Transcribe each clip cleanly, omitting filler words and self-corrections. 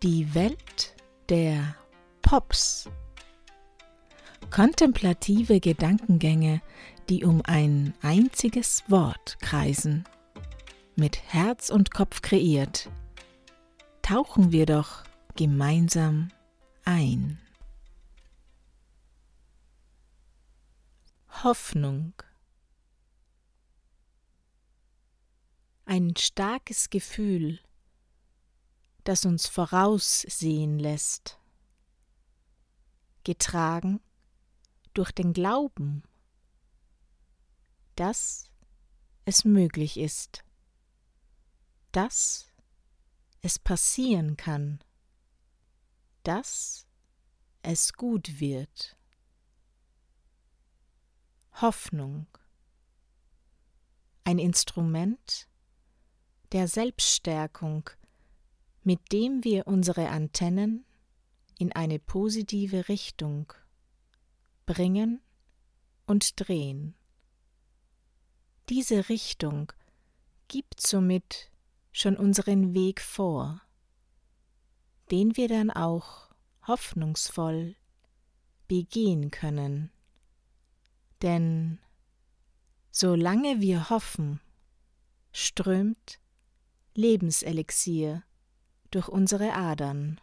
Die Welt der Pops. Kontemplative Gedankengänge, die um ein einziges Wort kreisen. Mit Herz und Kopf kreiert, tauchen wir doch gemeinsam ein. Hoffnung. Ein starkes Gefühl, das uns voraussehen lässt, getragen durch den Glauben, dass es möglich ist, dass es passieren kann, dass es gut wird. Hoffnung. Ein Instrument der Selbststärkung, mit dem wir unsere Antennen in eine positive Richtung bringen und drehen. Diese Richtung gibt somit schon unseren Weg vor, den wir dann auch hoffnungsvoll begehen können. Denn solange wir hoffen, strömt Lebenselixier durch unsere Adern.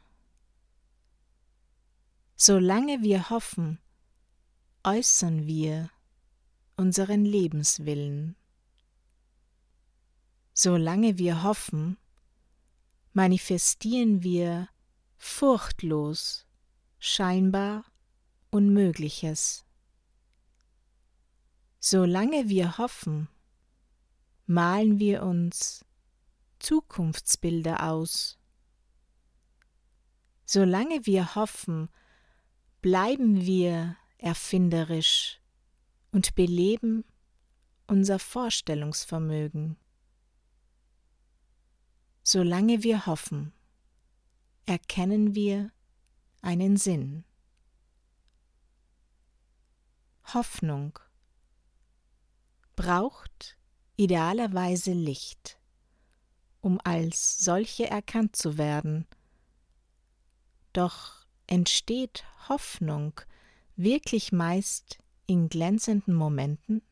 Solange wir hoffen, äußern wir unseren Lebenswillen. Solange wir hoffen, manifestieren wir furchtlos scheinbar Unmögliches. Solange wir hoffen, malen wir uns Zukunftsbilder aus. Solange wir hoffen, bleiben wir erfinderisch und beleben unser Vorstellungsvermögen. Solange wir hoffen, erkennen wir einen Sinn. Hoffnung braucht idealerweise Licht, um als solche erkannt zu werden. Doch entsteht Hoffnung wirklich meist in glänzenden Momenten?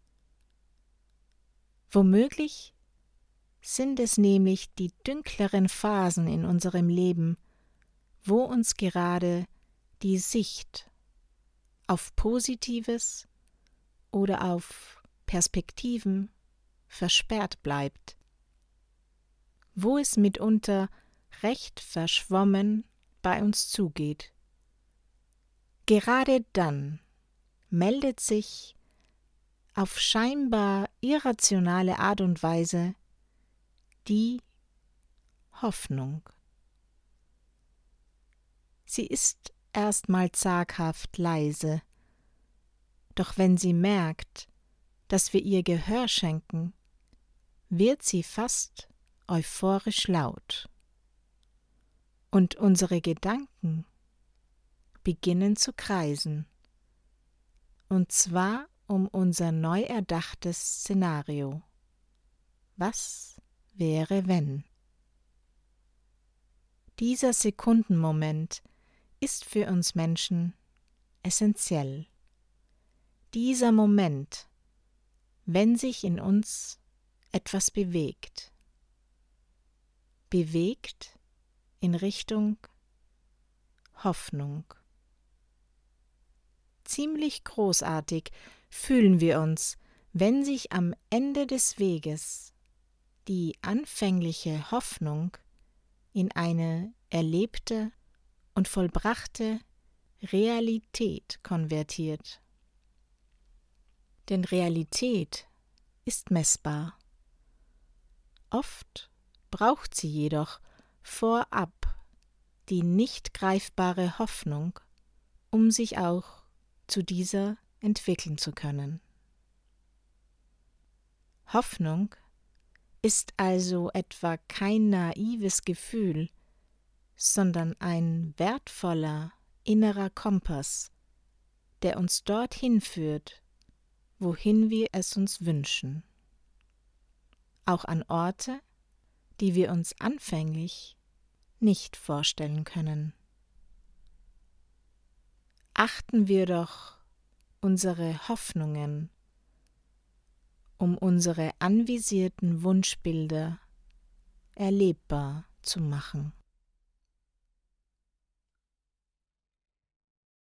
Womöglich sind es nämlich die dunkleren Phasen in unserem Leben, wo uns gerade die Sicht auf Positives oder auf Perspektiven versperrt bleibt, wo es mitunter recht verschwommen bei uns zugeht. Gerade dann meldet sich auf scheinbar irrationale Art und Weise die Hoffnung. Sie ist erstmal zaghaft leise, doch wenn sie merkt, dass wir ihr Gehör schenken, wird sie fast euphorisch laut. Und unsere Gedanken beginnen zu kreisen, und zwar um unser neu erdachtes Szenario. Was wäre, wenn? Dieser Sekundenmoment ist für uns Menschen essentiell. Dieser Moment, wenn sich in uns etwas bewegt in Richtung Hoffnung. Ziemlich großartig fühlen wir uns, wenn sich am Ende des Weges die anfängliche Hoffnung in eine erlebte und vollbrachte Realität konvertiert. Denn Realität ist messbar. Oft braucht sie jedoch vorab die nicht greifbare Hoffnung, um sich auch zu dieser entwickeln zu können. Hoffnung ist also etwa kein naives Gefühl, sondern ein wertvoller innerer Kompass, der uns dorthin führt, wohin wir es uns wünschen. Auch an Orte, die wir uns anfänglich nicht vorstellen können. Achten wir doch unsere Hoffnungen, um unsere anvisierten Wunschbilder erlebbar zu machen.